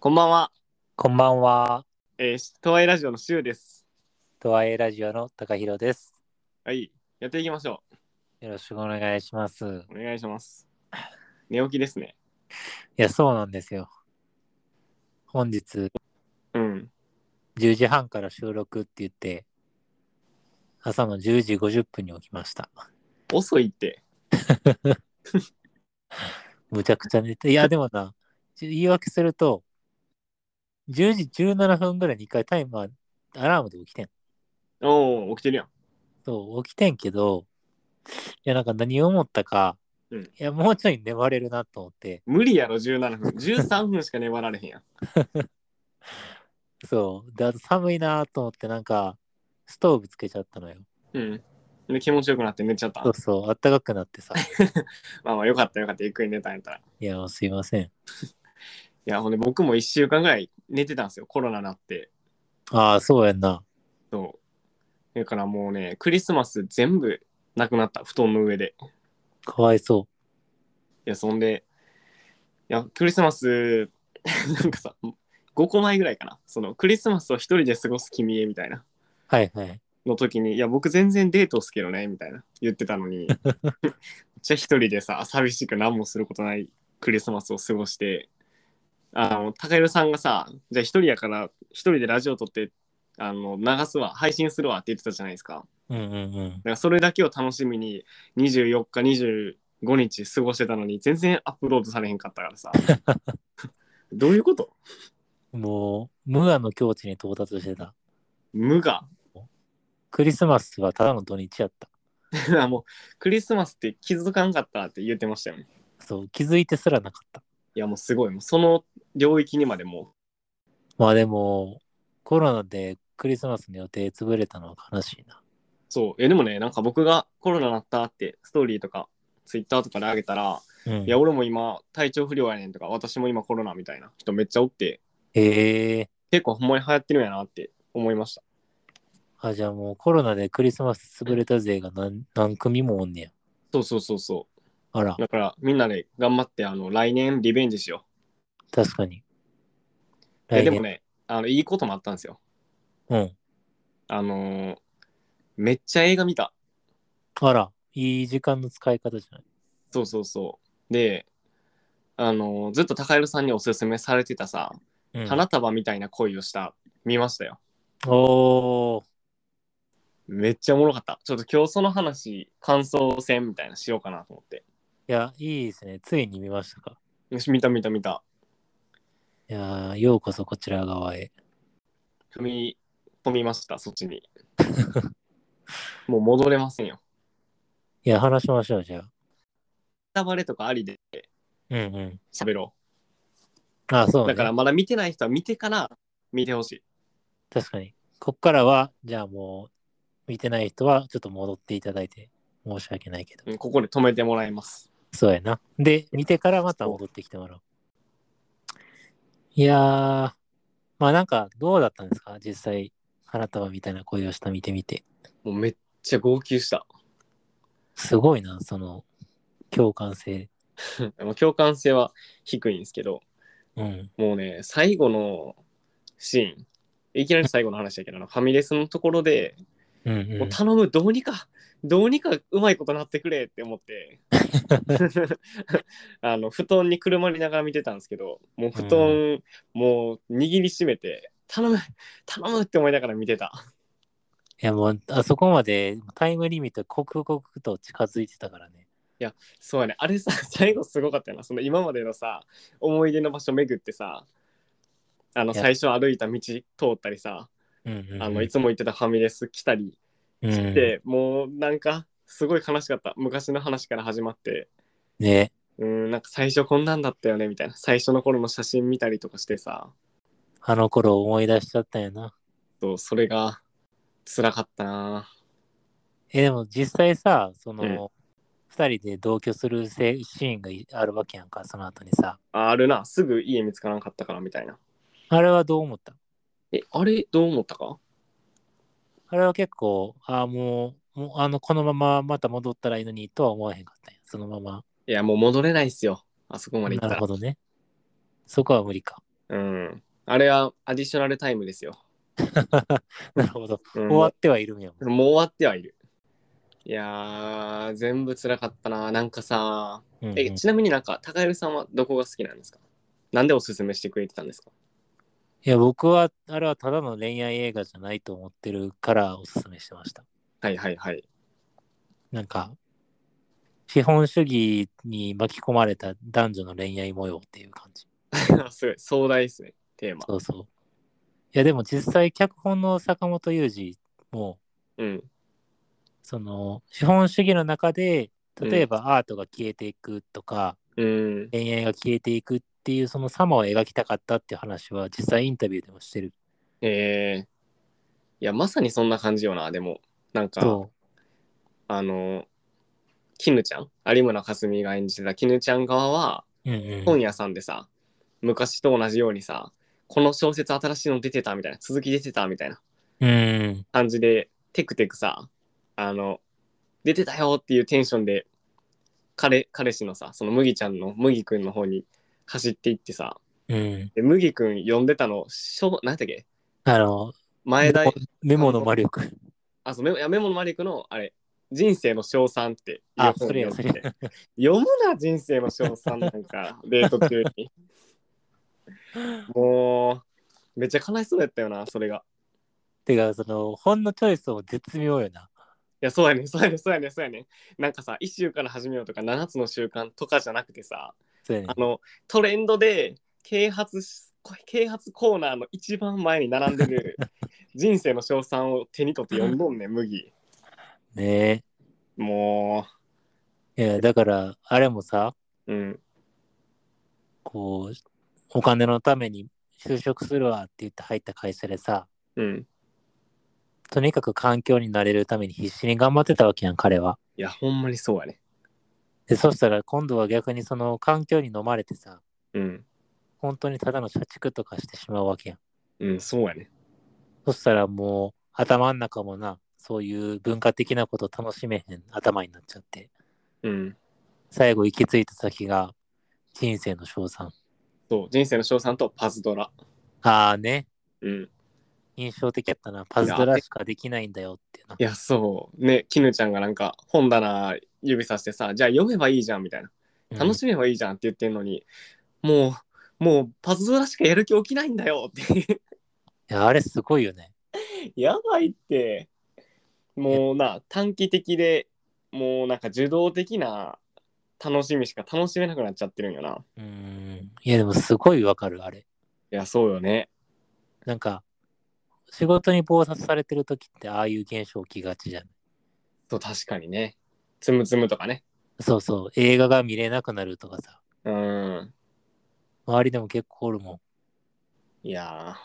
こんばんは。 こんばんは。 とわいラジオのしゅうです。 とわえラジオの高弘です。 はい、やっていきましょよろしくお願いします。 う。お願いします。寝起きですね。 いや、そうなんですよ。本日うん。 10時半から収録って言って、朝の10時50分に起きました。 遅いって。 むちゃくちゃ寝て、いや、でもな、言い訳すると、10時17分ぐらいに一回タイマー、アラームで起きてん。 おお、起きてるやん。 そう、起きてんけど、いや、なんか何を思ったか、 うん。 いや、もうちょい粘れるなと思って、 無理やろ、17分。13分しか粘られへんやん。 そう、で、あと寒いなと思って、なんか、ストーブつけちゃったのよ。 うん。で、気持ちよくなって寝ちゃった。 そうそう、あったかくなってさ。 まあまあ、よかったよかった。ゆっくり寝たんやったら。いいや、すいません。 や、ほんで僕も1週間ぐらい寝てたんですよ。コロナなって。 ああ、そうやんな。 そう。だからもうね、クリスマス全部なくなった。布団の上で。 かわいそう。 いや、そんで、いや、クリスマス、なんかさ、5個前ぐらいかな。その、クリスマスを一人で過ごす君へみたいな。 はいはい。 の時に、いや、僕全然デートっすけどね、みたいな言ってたのに、じゃあ一人でさ、寂しく何もすることないクリスマスを過ごして、高弘さんがさ、じゃあ一人やから一人でラジオ撮って、流すわ、配信するわって言ってたじゃないですか。 うんうんうん。 だからそれだけを楽しみに24日、25日過ごしてたのに、全然アップロードされへんかったからさ、どういうこと？ もう、無我の境地に到達してた。 無が。 クリスマスはただの土日やった。 もう、クリスマスって気づかんかったって言ってましたよね。 そう、気づいてすらなかった。 いや、もうすごい。もうその領域にまでもまあでも、コロナでクリスマスの予定潰れたのは悲しいな。 そう。でもね、なんか僕がコロナになったってストーリーとかツイッターとかで上げたら、いや、 うん。 俺も今体調不良やねんとか、私も今コロナみたいな人めっちゃおって、 へえ。 結構ほんまに流行ってるんやなって思いました。 あ、じゃあもうコロナでクリスマス潰れた勢が何組もおんねや。 そうそうそうそあら、 う。だからみんなで頑張って来年リベンジしよ確かに。 う。いや、 来年。 でもね、いいこともあったんですよ。 うん。 あのーめっちゃ映画見た。 あら、いい時間の使い方じゃない。 そうそうそう。で、ずっと高弘さんにおすすめされてたさ、 うん。 花束みたいな恋をした見ましたよ。 おー。 めっちゃおもろかった。ちょっと今日その話、感想戦みたいなしようかなと思って。 いや、いいですね。ついに見ましたか。 よし、見た見た見た。 いやー、ようこそこちら側へ。 踏み込みました、そっちに。もう戻れませんよ。 いや、話しましょう、じゃあ。 ネタバレとかありでうんうん。 喋ろあ、そう。だからうね。 まだ見てない人は見てから見てほしい。 確かに。こっからは、じゃあもう、見てない人は、ちょっと戻っていただいて、申し訳ないけど。 うん、ここで止めてもらいます。 そうやな。で、見てからまたそ戻ってきてもらおう。いやー、まあなんか、どうだったんですか実際、花束みたいな恋をした見てみて。 う。もうめっちゃ号泣した。 すごいな、その、共感性。 共感性は低いんですけど、 うん。 もうね、最後のシーン、いきなり最後の話だけど、ファミレスのところで、 うんうん。 もう頼む、どうにかうまいことなってくれって思って布団にくるまりながら見てたんですけど、もう布うん。 団、もう握りしめて、頼むって思いながら見てた。 いやもう、あそこまでタイムリミット刻々と近づいてたからね。 いや、そうやね。あれさ、最後すごかったよな。その今までのさ、思い出の場所巡ってさ、 いや、 最初歩いた道通ったりさ、 うんうんいつも行ってたファミレス来たりうん。うん。 して、もうなんか、すごい悲しかった。昔の話から始まって、 ね。 なんか最初こんなんだったよね、みたいな。最初の頃の写真見たりとかしてさ、 あの頃思い出しちゃったんやな。 それが辛かったな。 でも実際さ、そうん。 の、二人で同居するシーンがあるわけやんか、その後にさ。 あるな。すぐ家見つからなかったからみたいな。 あれはどう思った？ あれどう思ったか？ あれは結構、このまままた戻ったらいいのにとは思わへんかったんや。そのまま。 いや、もう戻れないっすよ。あそこまで行っなるたら。 ほどね。そこは無理か。 うん。あれはアディショナルタイムですよ。 なるほど。 うん、 終わってはいるんやもん。 もう終わってはいる。いやー、全部辛かったな。なんかさ、 うんうん。 ちなみになんか、高弘さんはどこが好きなんですか？なんでおすすめしてくれてたんですか？ いや、僕は、あれはただの恋愛映画じゃないと思ってるからおすすめしてました。 はいはいはい。 なんか、資本主義に巻き込まれた男女の恋愛模様っていう感じ。 すごい、壮大ですね、テーマ。 そうそう。いや、でも実際、脚本の坂本雄二も、 うん、 その、資本主義の中で、 うん、 例えばアートが消えていくとか、 うん。 恋愛が消えていくっていうその様を描きたかったっていう話は実際インタビューでもしてる。 いや、まさにそんな感じよな、でも。なんか、 そあの、絹ちゃん有村架純が演じてた絹ちゃん側は、 う。うんうん。 本屋さんでさ、昔と同じようにさ、この小説新しいの出てたみたいな、続き出てたみたいなうん。 感じで、テクテクさ、あの、出てたよっていうテンションで、彼氏のさ、その麦ちゃんの麦くんの方に走っていってさ、 うん。 で麦くん呼んでたの、なんだっけ、 あの、メモ、 前田メモのさんの、 魔力。 あ、そう、メモのマリクの、あれ、人生の称賛っていうあ、 本それや、それや。 を読んで、読むな、人生の称賛なんか、デート中に。もう、めっちゃ悲しそうやったよな、それが。 てか、その、本のチョイスも絶妙よな。 いや、そうやねそうやねそうやねそうやねなんかさ、1週から始めようとか、7つの習慣とかじゃなくてさ、 そうやね。 トレンドで、啓発コーナーの一番前に並んでる人生の称賛を手に取って読んどんねん、麦。 ねもえ。いや、だから、あれもさ、 うん、 こう、お金のために就職するわって言って入った会社でさ、 うん。 とにかく環境になれるために必死に頑張ってたわけやん、彼は。 いや、ほんまにそうやね。 で、そしたら今度は逆にその環境に飲まれてさ、 うん、 本当にただの社畜とかしてしまうわけやん。 うん、そうやね。 そしたらもう頭の中もな、そういう文化的なこと楽しめへん頭になっちゃって、 うん。 最後行き着いた先が人生の称賛。 そう、人生の称賛とパズドラ。 ああね、 うん。 印象的やったな。パいや、 ズドラしかできないんだよってな。 いや、そう。ね、絹ちゃんがなんか本棚指さしてさ、じゃあ読めばいいじゃんみたいな。 うん。い楽しめばいいじゃんって言ってんのに、もうパズドラしかやる気起きないんだよってや、あれすごいよね。 やばいって。 いや、 もうな、短期的で、もうなんか受動的な楽しみしか楽しめなくなっちゃってるんよな。 いやでもすごいわかる、あれ。 いや、そうよね。 なんか、仕事に忙殺されてる時ってああいう現象起きがちじゃん。 そう、確かにね。つむつむとかね。 そうそう、映画が見れなくなるとかさ。 うん。 周りでも結構おるもん。 いや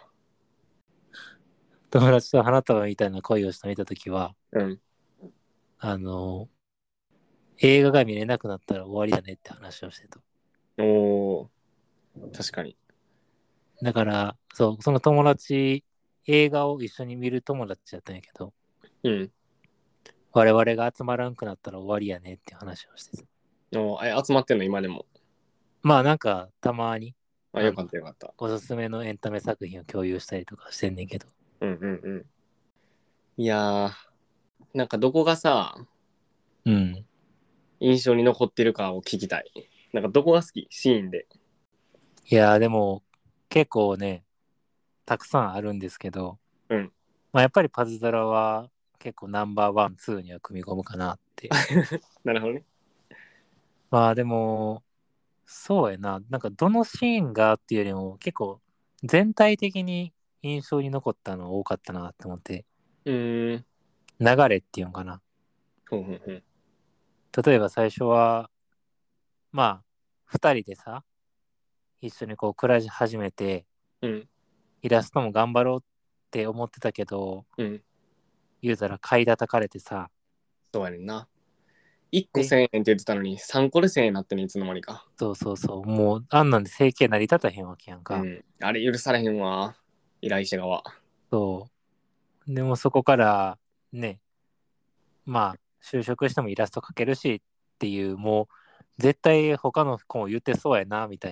友達と花束みたいな恋をしてみた時は、 ー、うん。 あの、映画が見れなくなったら終わりだねって話をしてた。 おー、確かに。 だから、そう、その友達、映画を一緒に見る友達だったんやけど、 うん。 我々が集まらんくなったら終わりやねって話をしてた。 集まってんの今でも。 まあなんか、たまに、 あ、よかったよかった。 おすすめのエンタメ作品を共有したりとかしてんねんけど。 うんうんうん。いやー、なんかどこがさ、 うん。 印象に残ってるかを聞きたい。なんかどこが好きシーンで。 いやーでも、結構ね、たくさんあるんですけど、 うん。 まあやっぱりパズドラは結構ナンバーワン、ツーには組み込むかなって。 なるほどね。 まあでも、そうやな。なんかどのシーンがっていうよりも結構全体的に印象に残ったの多かったなって思って、 うーん。 流れっていうのかな。 ほんほんほん。 例えば最初は、まあ、二人でさ、一緒にこう暮らし始めて、 うん。 イラストも頑張ろうって思ってたけど、 うん。 言うたら買い叩かれてさ、 そうやねんな。1個で、 1000円って言ってたのに、3個で1000円になってね、いつの間にか。 そうそうそう、もうあんなんで生計成り立たへんわけやんか。 うん。あれ許されへんわ。依頼者側。 そう。でもそこからね、まあ、就職してもイラスト描けるしっていう、もう絶対他の子も言ってそうやな、みたいな。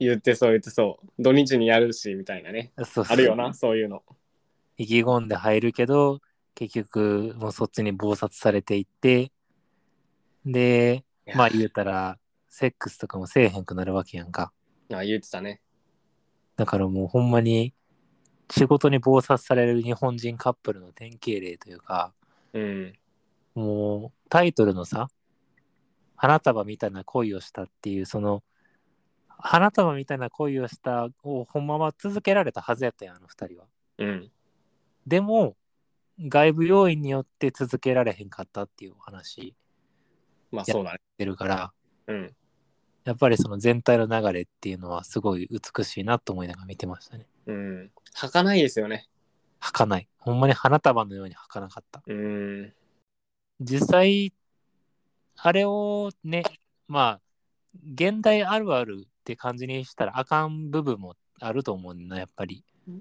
言ってそう言ってそう。土日にやるし、みたいなね。 そうそう。 あるよな、そういうの。 意気込んで入るけど、結局、もうそっちに忙殺されていって、で、 いやまあ言うたら、セックスとかもせえへんくなるわけやんか。 言ってたね。 だからもうほんまに、仕事に忙殺される日本人カップルの典型例というか、 うん。 もうタイトルのさ、花束みたいな恋をしたっていう、その、花束みたいな恋をしたをほんまは続けられたはずやったやん、あの二人は。 うん。 でも、外部要因によって続けられへんかったっていうお話まあやっそうだね。 てるから、 うん。 やっぱりその全体の流れっていうのはすごい美しいなと思いながら見てましたね。 うん。儚いですよね。 儚い。ほんまに花束のように儚かった。 うん。 実際、あれをね、まあ、現代あるあるって感じにしたらあかん部分もあると思うな、やっぱり。 うん。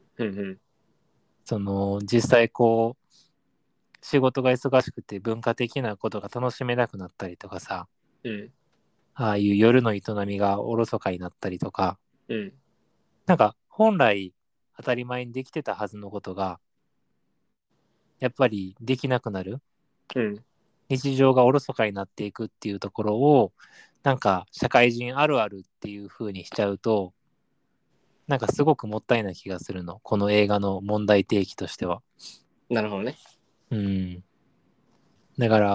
その、実際こう、仕事が忙しくて文化的なことが楽しめなくなったりとかさ、 うん。 ああいう夜の営みがおろそかになったりとか、 うん。 なんか本来当たり前にできてたはずのことが、やっぱりできなくなる。 うん。 日常がおろそかになっていくっていうところを、なんか社会人あるあるっていう風にしちゃうと、なんかすごくもったいない気がするの。この映画の問題提起としては。 なるほどね。 うん。だから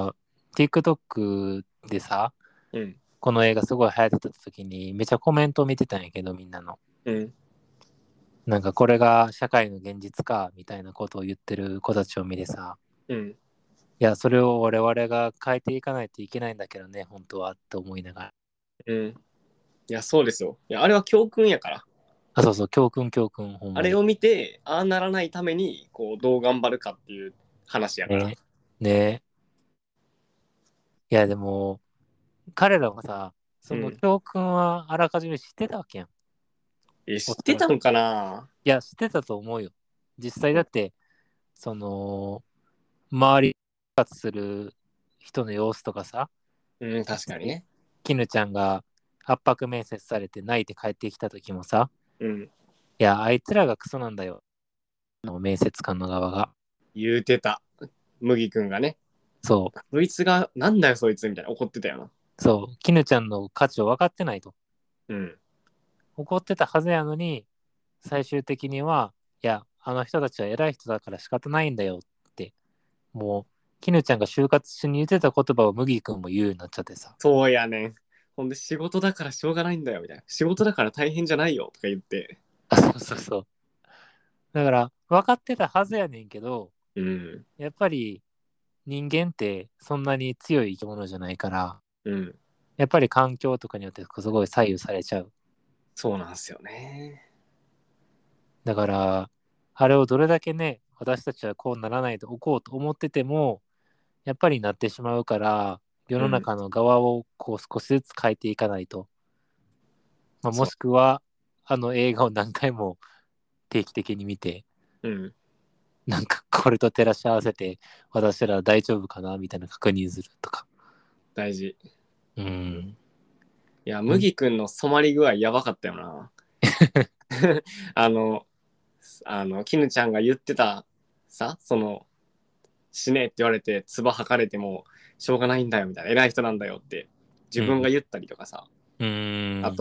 、TikTok でさ、 うん。 この映画すごい流行ってた時に、めちゃコメントを見てたんやけど、みんなの。 うん。 なんかこれが社会の現実か、みたいなことを言ってる子たちを見てさ、 うん。 いや、それを我々が変えていかないといけないんだけどね、本当はって思いながら。 うん。いや、そうですよ。いや、あれは教訓やから。 あ、そうそう、教訓教訓、ほんまに。 あれを見て、ああならないために、こう、どう頑張るかっていう話やから。 ね。ね。いや、でも、彼らはさ、そのうん。 教訓はあらかじめ知ってたわけやん。 知っておそらく。 たんかな。 いや、知ってたと思うよ。実際だって、その、周り生活する人の様子とかさ、 うん、確かにね。 絹ちゃんが圧迫面接されて泣いて帰ってきた時もさ、 うん。 いや、あいつらがクソなんだよ。面接官の側が。 言うてた。麦くんがね。 そそいつが、なんだよそいつみたいな怒ってたよな。 う、そう、絹ちゃんの価値を分かってないと。 うん。 怒ってたはずやのに、最終的には、いや、あの人たちは偉い人だから仕方ないんだよって、もう、絹ちゃんが就活中に言ってた言葉を麦君も言うようになっちゃってさ。 そうやねん。ほんで仕事だからしょうがないんだよみたいな。仕事だから大変じゃないよとか言って。 あ、そうそうそう。だから、分かってたはずやねんけど、 うん。 やっぱり人間ってそんなに強い生き物じゃないから、 うん。 やっぱり環境とかによってすごい左右されちゃう。 そうなんすよね。 だから、あれをどれだけね、私たちはこうならないでおこうと思ってても、やっぱりなってしまうから、世うん。 の中の側をこう少しずつ変えていかないと。まあ、もそしくは、あの映画を何回も定期的に見て、 う。うん。 なんかこれと照らし合わせて、私ら大丈夫かなみたいな確認するとか。 大事。 うん。 いや、 うん麦くんの染まり具合やばかったよな。あの、絹ちゃんが言ってたさ、死ねって言われて、唾吐かれても、しょうがないんだよみたいな、偉い人なんだよって自分が言ったりとかさ、 うん。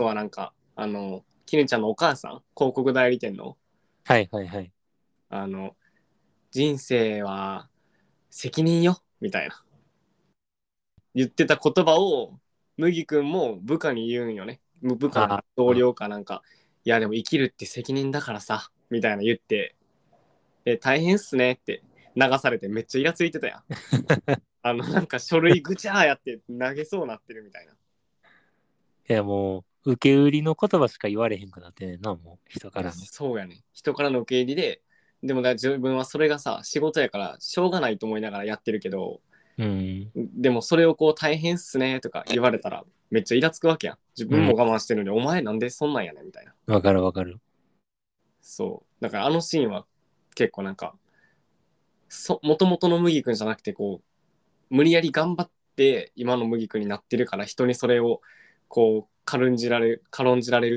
あとはなんか、絹ちゃんのお母さん、広告代理店の、 はいはいはい。 あの、人生は責任よ、みたいな。言ってた言葉を、麦くんも部下に言うんよね。部下なんあか同あ、 僚かなんか、いやでも生きるって責任だからさ、みたいな言って、大変っすねって流されてめっちゃイラついてたやん。なんか書類ぐちゃーやって投げそうなってるみたいな。 いやもう、受け売りの言葉しか言われへんくなってねんな、もう、人かいや、 らの。 そうやね。人からの受け入れで、でも自分はそれがさ、仕事やからしょうがないと思いながらやってるけど、 うん。 でもそれをこう大変っすねとか言われたらめっちゃイラつくわけやん。自うん。 分も我慢してるのに、お前なんでそんなんやねんみたいな。 わかるわかる。 そう。だからあのシーンは結構なんか、もともとの麦君じゃなくて、こう、無理やり頑張って今の麦君になってるから、人にそれをこう軽んじられると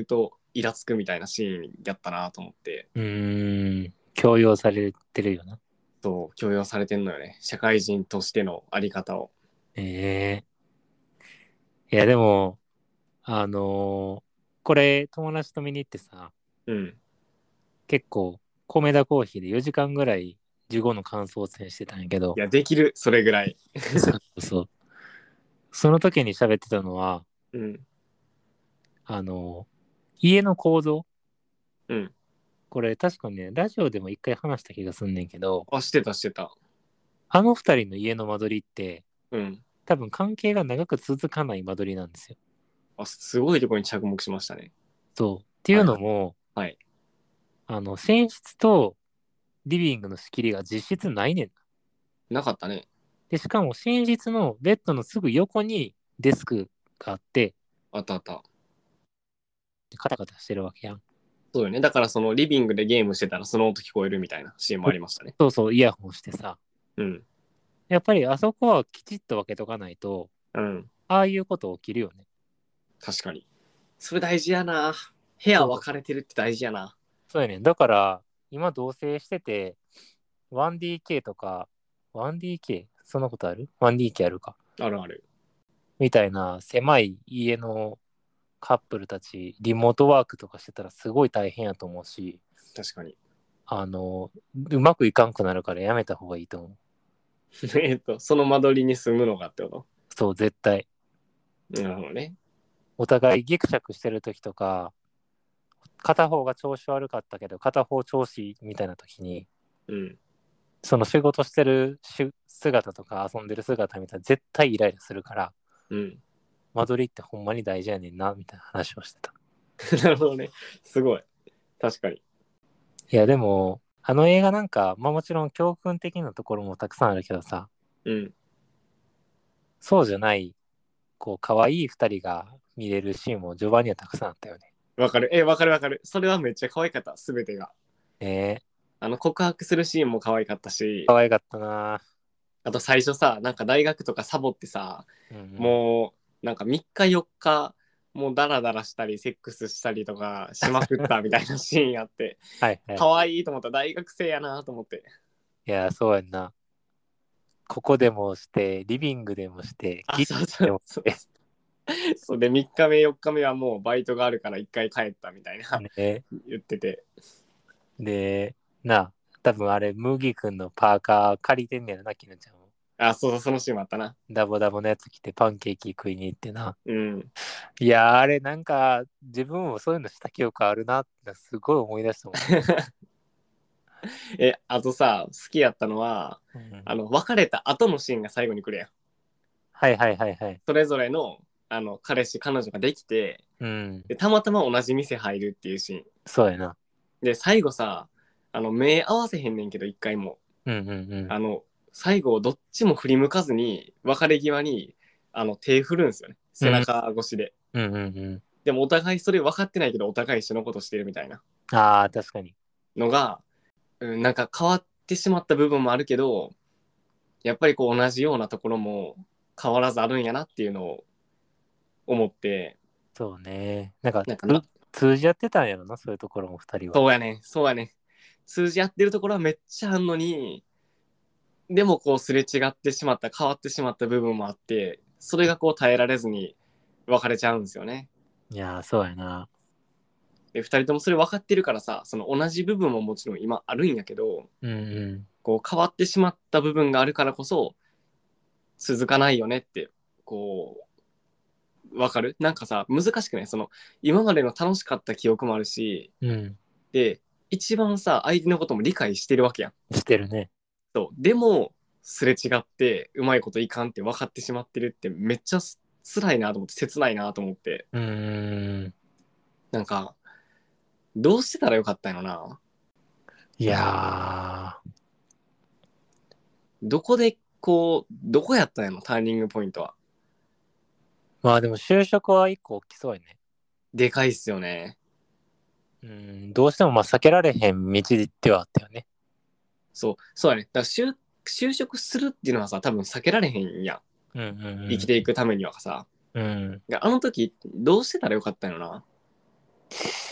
イラつくみたいなシーンやったなと思って。 強要されてるよな。 そう強要されてんのよね、社会人としてのあり方を。 ええいやでも、これ友達と見に行ってさ、 うん。 結構、米田コーヒーで4時間ぐらい15の感想戦してたんやけど、 いやできるそれぐらい。 そうそう。その時に喋ってたのは、 うん。 あの、家の構造。 うん。 これ確かね、ラジオでも一回話した気がすんねんけど、 あ、してたしてた。 あの二人の家の間取りって、 うん。 多分関係が長く続かない間取りなんですよ。 あ、すごいところに着目しましたね。 そう。っていうはいはい。 のも、 はい。 寝室とリビングの仕切りが実質ないねん。 なかったね。 で、しかも寝室のベッドのすぐ横にデスクがあって、 あったあった。 カタカタしてるわけやん。 そうよね。だからそのリビングでゲームしてたらその音聞こえるみたいなシーンもありましたね。 そうそう、イヤホンしてさ。 うん。 やっぱりあそこはきちっと分けとかないと、 うん。 ああいうこと起きるよね。 確かに。それ大事やな。部屋分そう。 かれてるって大事やな。 そうやね。だから、今同棲してて、1DK とか、1DK? そんなことある？ 1DK あるか。 あるある。 みたいな狭い家のカップルたち、リモートワークとかしてたらすごい大変やと思うし、 確かに。 うまくいかんくなるからやめた方がいいと思う。 その間取りに住むのかってこそう、絶対。 と。なるほどね。 お互いギクシャクしてる時とか、片方が調子悪かったけど、片方調子いいみたいな時に、 うん。 その仕事してる姿とか遊んでる姿見たら絶対イライラするから、 うん。 間取りってほんまに大事やねんな、みたいな話をしてた。 なるほどね。すごい。確かに。 いや、でも、あの映画なんか、まあもちろん教訓的なところもたくさんあるけどさ、 うん。 そうじゃない、こう、可愛い二人が見れるシーンも序盤にはたくさんあったよね。 わかる。わかるわかる。それはめっちゃ可愛かった。すべてが。 ねえ、 告白するシーンも可愛かったし、 可愛かったな。 あと最初さ、なんか大学とかサボってさ、 うんうん。 もう、なんか3日4日、もうダラダラしたり、セックスしたりとかしまくったみたいなシーンあって、 はいはい。 可愛いと思った。大学生やなと思って。 いや、そうやんな。ここでもして、リビングでもして、 あ、 キッチンそうそうでもして。 そう。そうで、3日目、4日目はもうバイトがあるから1回帰ったみたいなね。 言ってて。 で、多分あれ、麦君のパーカー借りてんねやろな、きぬちゃんも。 あ、そうそう、そのシーンもあったな。 ダボダボのやつ着てパンケーキ食いに行ってな。 うん。 いやー、あれなんか、自分もそういうのした記憶あるなってすごい思い出したもん。 あとさ、好きやったのは、 うん、 別れた後のシーンが最後に来るやん。 はいはいはいはい。 それぞれの、彼氏、彼女ができて、 うん、 で、たまたま同じ店入るっていうシーン。 そうやな。 で、最後さ、目合わせへんねんけど、一回も。 うんうんうん。 あの、最後、どっちも振り向かずに、別れ際に、手振るんですよね。背うん中越しで。 うんうんうでも、お互いそれ分かってないけど、お互い一緒のことしてるみたいなん。ああ、確かに。 のが、うん、なんか変わってしまった部分もあるけど、やっぱりこう同じようなところも変わらずあるんやなっていうのを思って、 そうね。なんかなんかな、 通じ合ってたんやろな、そういうところも二人は。 そうやね、そうやね。通じ合ってるところはめっちゃあんのに、でもこうすれ違ってしまった、変わってしまった部分もあって、それがこう耐えられずに別れちゃうんですよね。 いやー、そうやな。 で、二人ともそれ分かってるからさ、その同じ部分ももちろん今あるんやけど、 うんうん。 こう変わってしまった部分があるからこそ続かないよねって、こわかるなんかさ、難しくない今までの楽しかった記憶もあるし、 うん。 で、一番さ、相手のことも理解してるわけやん。 してるね。 そう。でも、すれ違って、うまいこといかんって分かってしまってるって、めっちゃ辛いなと思って、切ないなと思って、 うーん。 なんか、どうしてたらよかったんやろな。 いやー。 どこで、こう、どこやったんやろ、ターニングポイントは。 まあでも就職は一個大きそうやね。 でかいっすよね。 うん。どうしてもまあ避けられへん道ではあったよね。 そう、そうやね。だから就職するっていうのはさ、多分避けられへんやん。 うんうん生きていくためにはさ。 うん。うん。 あの時、どうしてたらよかったんやろな。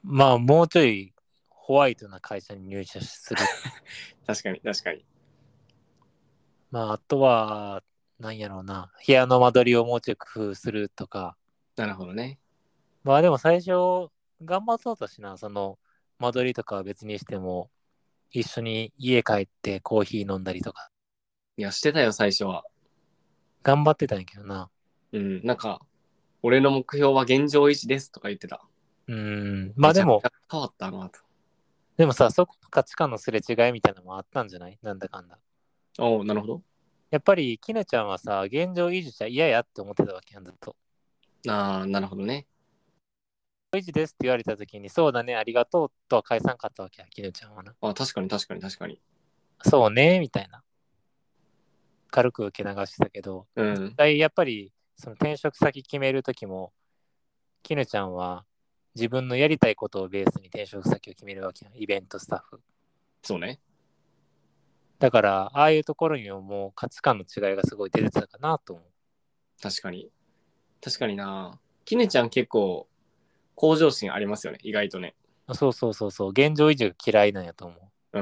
まあもうちょいホワイトな会社に入社する。 確かに確かに。 まああとは、なんやろうな、部屋の間取りをもうちょい工夫するとか。 なるほどね。 まあでも最初、頑張そうとしな、その間取りとかは別にしても、一緒に家帰ってコーヒー飲んだりとか、 いや、してたよ、最初は。 頑張ってたんやけどな。 うん、なんか、俺の目標は現状維持ですとか言ってた。 まあでも、 めちゃくちゃ変わったなと。 でもさ、そこの価値観のすれ違いみたいなのもあったんじゃない？なんだかんだ。 おお、なるほど。 やっぱり、きぬちゃんはさ、現状維持じゃ嫌やって思ってたわけやん、ずっと。 ああ、なるほどね。 維持ですって言われた時に、そうだね、ありがとうとは返さんかったわけや、きぬちゃんはな。 あ、確かに確かに確かに。 そうね、みたいな。軽く受け流してたけど、 うん。 やっぱり、その転職先決める時も、きぬちゃんは自分のやりたいことをベースに転職先を決めるわけやん、イベントスタッフ。 そうね。 だから、ああいうところにももう価値観の違いがすごい出てたかなと思う。 確かに。確かにな。きねちゃん結構向上心ありますよね。意外とね。 そうそうそうそう、現状維持が嫌いなんやと思う。 うん。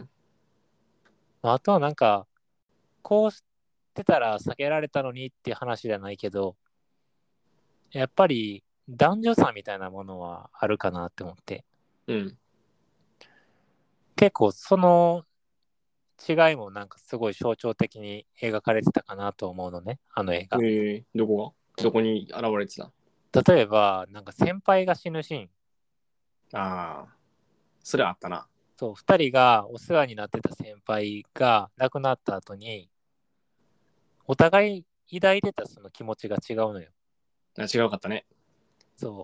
あとはなんか、こうしてたら避けられたのにっていう話じゃないけど、やっぱり男女差みたいなものはあるかなって思って、 うん。 結構その違いもなんかすごい象徴的に描かれてたかなと思うのね、あの映画。 どこがどこに現れてた？ 例えば、なんか先輩が死ぬシーン。 ああ、それあったな。 そう、二人がお世話になってた先輩が亡くなった後に、お互い抱いてたその気持ちが違うのよ。 あ、違うかったね。 そう。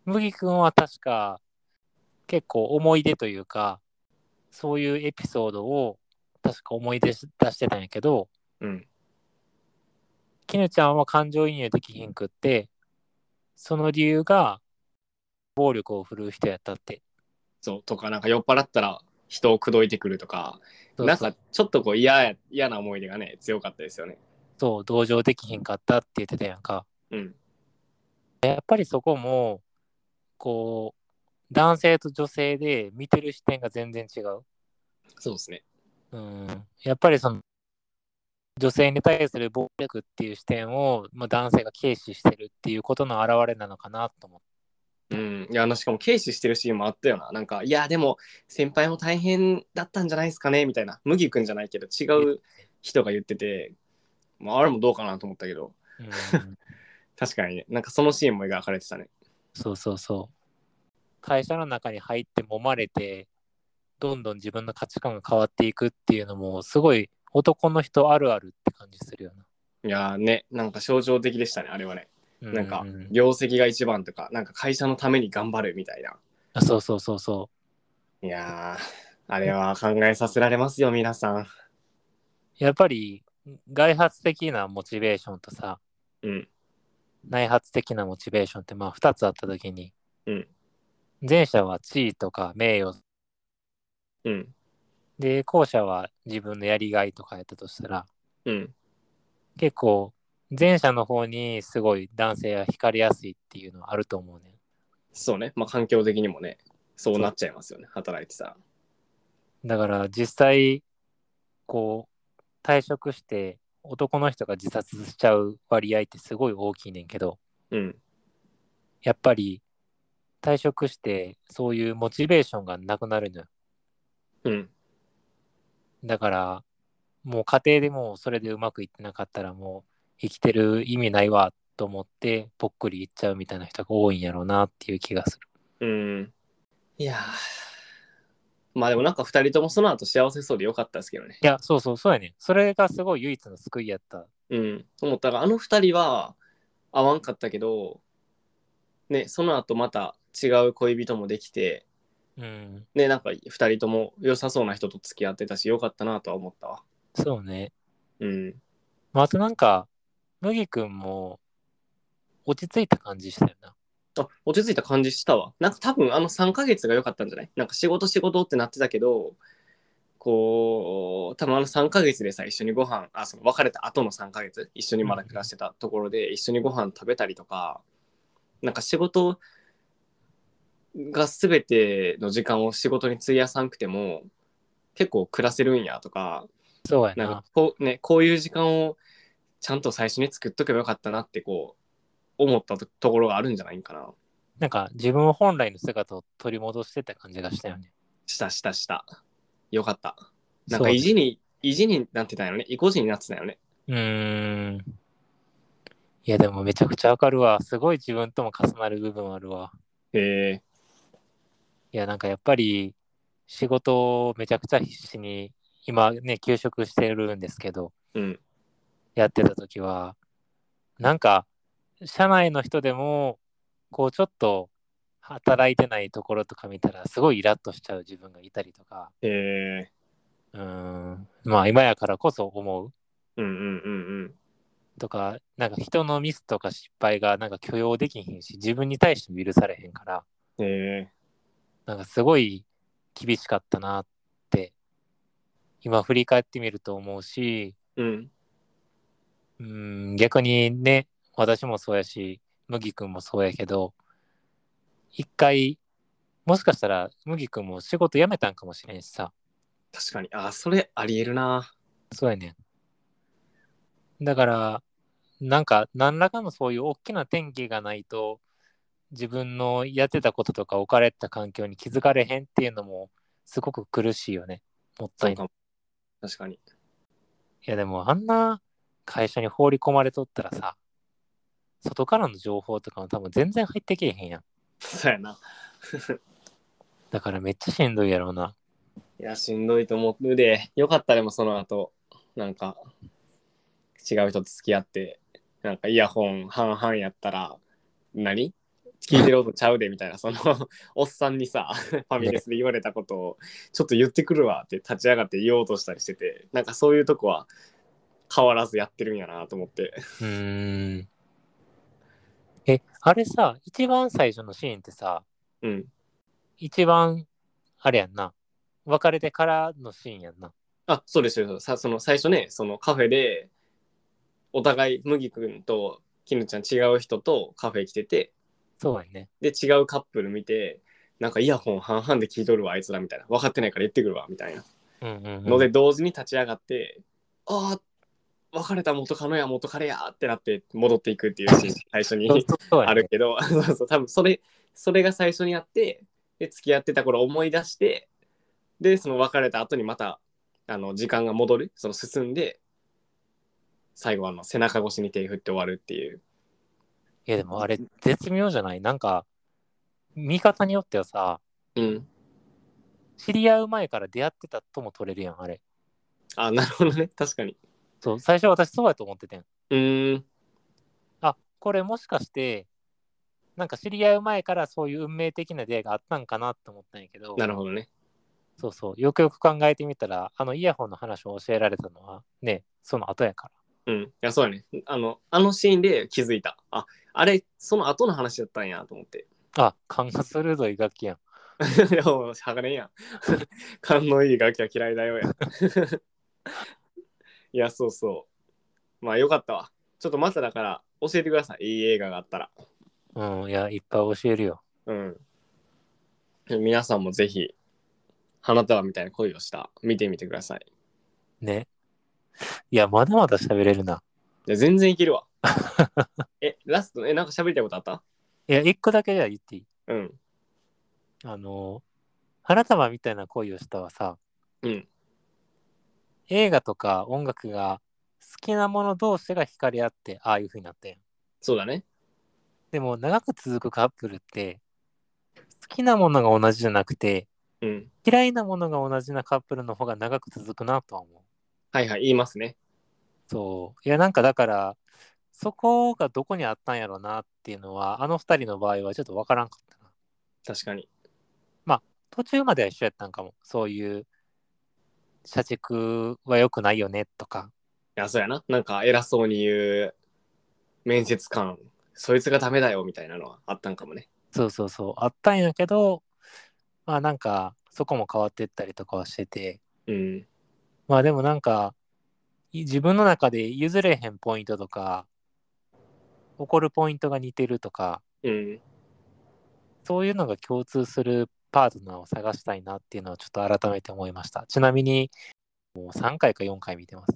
麦君は確か結構思い出というか、そういうエピソードを確か思い出してたんやけど、 うん。 絹ちゃんは感情移入できひんくって、その理由が暴力を振るう人やったって。 そう、とか、なんか酔っ払ったら人を口説いてくるとか、なんそうそう。 かちょっとこう嫌な思い出がね、強かったですよね。 そう、同情できひんかったって言ってたやんか。 うん。 やっぱりそこも、こう、男性と女性で見てる視点が全然違う。 そうですね。 やっぱりその女性に対する暴力っていう視点を、まあ、男性が軽視してるっていうことの表れなのかなと思って。 うん。いや、しかも軽視してるシーンもあったよな。なんか、いや、でも、先輩も大変だったんじゃないですかねみたいな。麦君じゃないけど、違う人が言ってて、まあ、あれもどうかなと思ったけど、 うん、 確かにね、なんかそのシーンも描かれてたね。 そうそうそう。会社の中に入って揉まれて、どんどん自分の価値観が変わっていくっていうのも、すごい男の人あるあるって感じするよな。 いやーね、なんか象徴的でしたね、あれはね。 うなんか、 ん。 業績が一番とか、なんか会社のために頑張るみたいな。 そうそうそうそいやー、あう。 れは考えさせられますよ、皆さん。 やっぱり、外発的なモチベーションとさ、 うん、 内発的なモチベーションってまあ2つあった時に、 うん、 前者は地位とか名誉うん、 で、後者は自分のやりがいとかやったとしたら、 うん。 結構前者の方にすごい男性は惹かれやすいっていうのはあると思うね。 そうね、まあ環境的にもね、そうそう。 なっちゃいますよね、働いてたら。 だから実際、こう、退職して男の人が自殺しちゃう割合ってすごい大きいねんけど、 うん、 やっぱり退職してそういうモチベーションがなくなるのよ。 うん。 だから、もう家庭でもそれでうまくいってなかったらもう生きてる意味ないわと思ってぽっくりいっちゃうみたいな人が多いんやろうなっていう気がする。 うん。いやー、まあでもなんか二人ともその後幸せそうでよかったですけどね。 いや、そうそう、そうやね。それがすごい唯一の救いやった。 うん。思ったら、あの二人は合わんかったけど、ね、その後また違う恋人もできて、 うん。 ね、なんか二人とも良さそうな人と付き合ってたし、よかったなとは思ったわ。 そうね。 うん。 まあ、あとなんか、麦くんも落ち着いた感じしたよな。 あ、落ち着いた感じしたわ。なんか多分あの3ヶ月が良かったんじゃない？なんか仕事ってなってたけど、こう、多分あの3ヶ月でさ、一緒にご飯、その別れた後の3ヶ月、一緒にまだ暮らしてたところで、一緒にご飯食べたりとか、なんか仕事が全ての時間を仕事に費やさんくても結構暮らせるんやとか、なんかそうやな。 こうね、こういう時間をちゃんと最初に作っとけばよかったなってこう思ったところがあるんじゃないかな。 なんか自分本来の姿を取り戻してた感じがしたよね。 した。よかった。なんかそうね。 意地になってたよね。意固地になってたよね。 うーん。いやでもめちゃくちゃわかるわ。すごい自分とも重なる部分あるわ。 へえ。 いやなんかやっぱり仕事をめちゃくちゃ必死に今ね休職してるんですけど、 うん。 やってた時はなんか社内の人でもこうちょっと働いてないところとか見たらすごいイラッとしちゃう自分がいたりとか、 へえ。 まあ今やからこそ思ううん。 とか、なんか人のミスとか失敗がなんか許容できひんし、自分に対しても許されへんから、 へえ。 なんかすごい厳しかったなって今振り返ってみると思うし、 うん。 逆にね、私もそうやし、麦君もそうやけど、一回、もしかしたら麦君も仕事辞めたんかもしれんしさ、 確かに。あ、それありえるな。 そうやねん。だから、なんか何らかのそういう大きな転機がないと、自分のやってたこととか置かれた環境に気づかれへんっていうのもすごく苦しいよね。もったいない。 そうかも。確かに。 いやでもあんな会社に放り込まれとったらさ、外からの情報とかも多分全然入ってけえへんやん。 そうやな。 だからめっちゃしんどいやろうな。 いや、しんどいと思うで。よかったでもその後、なんか違う人と付き合って、なんかイヤホン半々やったら、何聞いてる音ちゃうでみたいな、そのおっさんにさ、ファミね。 レスで言われたことを、ちょっと言ってくるわって立ち上がって言おうとしたりしてて、なんかそういうとこは変わらずやってるんやなと思って。 うーん。あれさ、一番最初のシーンってさ、 うん。 一番、あれやんな。別れてからのシーンやんな。 あ、そうですよ。その最初ね、そのカフェで、お互い、麦くんと絹ちゃん違う人とカフェ来てて、 そうやね。 で、違うカップル見て、なんかイヤホン半々で聞いとるわ、あいつらみたいな。分かってないから言ってくるわ、みたいな。ので、 うんうんうん。 同時に立ち上がって、ああ、別れた元カノや元彼やってなって戻っていくっていうシーン最初にそうやね。 あるけど、そうそう、多分それが最初にあって、で、付き合ってた頃思い出して、で、その別れた後にまた、時間が戻る、その進んで、最後背中越しに手振って終わるっていう。 いやでもあれ絶妙じゃない？なんか、見方によってはさ、 うん。 知り合う前から出会ってたとも取れるやん、あれ。 あ、なるほどね。確かに。 そう、最初私そうやと思っててん。 うーん。 あ、これもしかして、なんか知り合う前からそういう運命的な出会いがあったんかなって思ったんやけど、 なるほどね。 そうそう、よくよく考えてみたら、あのイヤホンの話を教えられたのは、ね、その後やかうん。いや、そうやね。あのシーンで気づいた。あ、あれ、その後の話だったんやと思って。 ら。あ、勘が鋭い楽器やん。 いや、もう、はがれんやん。勘のいいガキは嫌いだよや。いや、そうそう。まあ、よかったわ。ちょっとまただから教えてください。いい映画があったら。 うん、いや、いっぱい教えるよ。 うん。皆さんもぜひ、花束みたいな恋をした見てみてください。 ね。いや、まだまだ喋れるな。 いや、全然いけるわ。ラスト、なんか喋りたいことあった？ いや、一個だけじゃ言っていい？ うん。 あの、花束みたいな恋をしたはさ、 うん。 映画とか音楽が好きなもの同士が惹かれ合って、ああいう風になったやん。 そうだね。 でも、長く続くカップルって、好きなものが同じじゃなくて、 うん。 嫌いなものが同じなカップルの方が長く続くなとは思う。 はいはい、言いますね。 そう。いや、なんかだから、そこがどこにあったんやろうなっていうのは、あの二人の場合はちょっとわからんかったな。 確かに。いまあ、途中までは一緒やったんかも。そういう、社畜は良くないよねとか。 や、そうやな。なんか偉そうに言う面接官、そいつがダメだよみたいなのはあったんかもね。 そうそうそう。あったんやけど、まあなんか、そこも変わっていったりとかはしてて。 うん。 まあでもなんか、自分の中で譲れへんポイントとか、怒るポイントが似てるとか、 うん。 そういうのが共通するパートナーを探したいなっていうのはちょっと改めて思いました。ちなみに、もう3回か4回見てます。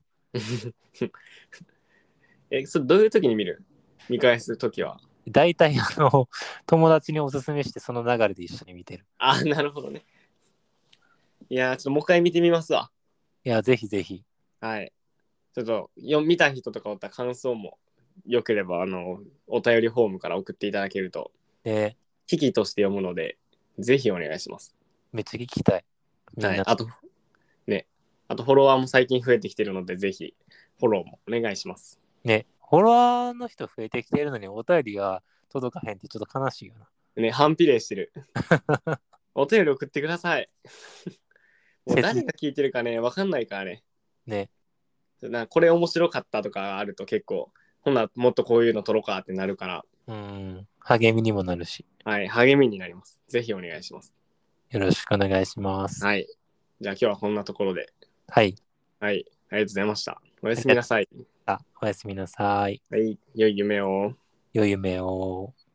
それどういう時に見返す時は。 大体、友達におすすめしてその流れで一緒に見てる。 あ、なるほどね。いやー、ちょっともう一回見てみますわ。 いや、ぜひぜひ。 はい。ちょっと見た人とかおったら感想もよければ、お便りフォームから送っていただけると、 で、 機器として読むので、ぜひお願いします。 めっちゃ聞きたい。みんな。 はい。あとフォロワーも最近増えてきてるので、ぜひフォローもお願いします。 ね、フォロワーの人増えてきてるのにお便りが届かへんってちょっと悲しいよな。 ね、反比例してる。お便り送ってください。もう誰が聞いてるかね、わかんないからね。 ね。 これ面白かったとかあると結構、ほな、もっとこういうの撮ろうかってなるから、 励みにもなるし。 はい、励みになります。ぜひお願いします。 よろしくお願いします。 はい。じゃあ今日はこんなところで。 はい。 はい。ありがとうございました。おやすみなさい。 おやすみなさい。 はい。良い夢を。 良い夢を。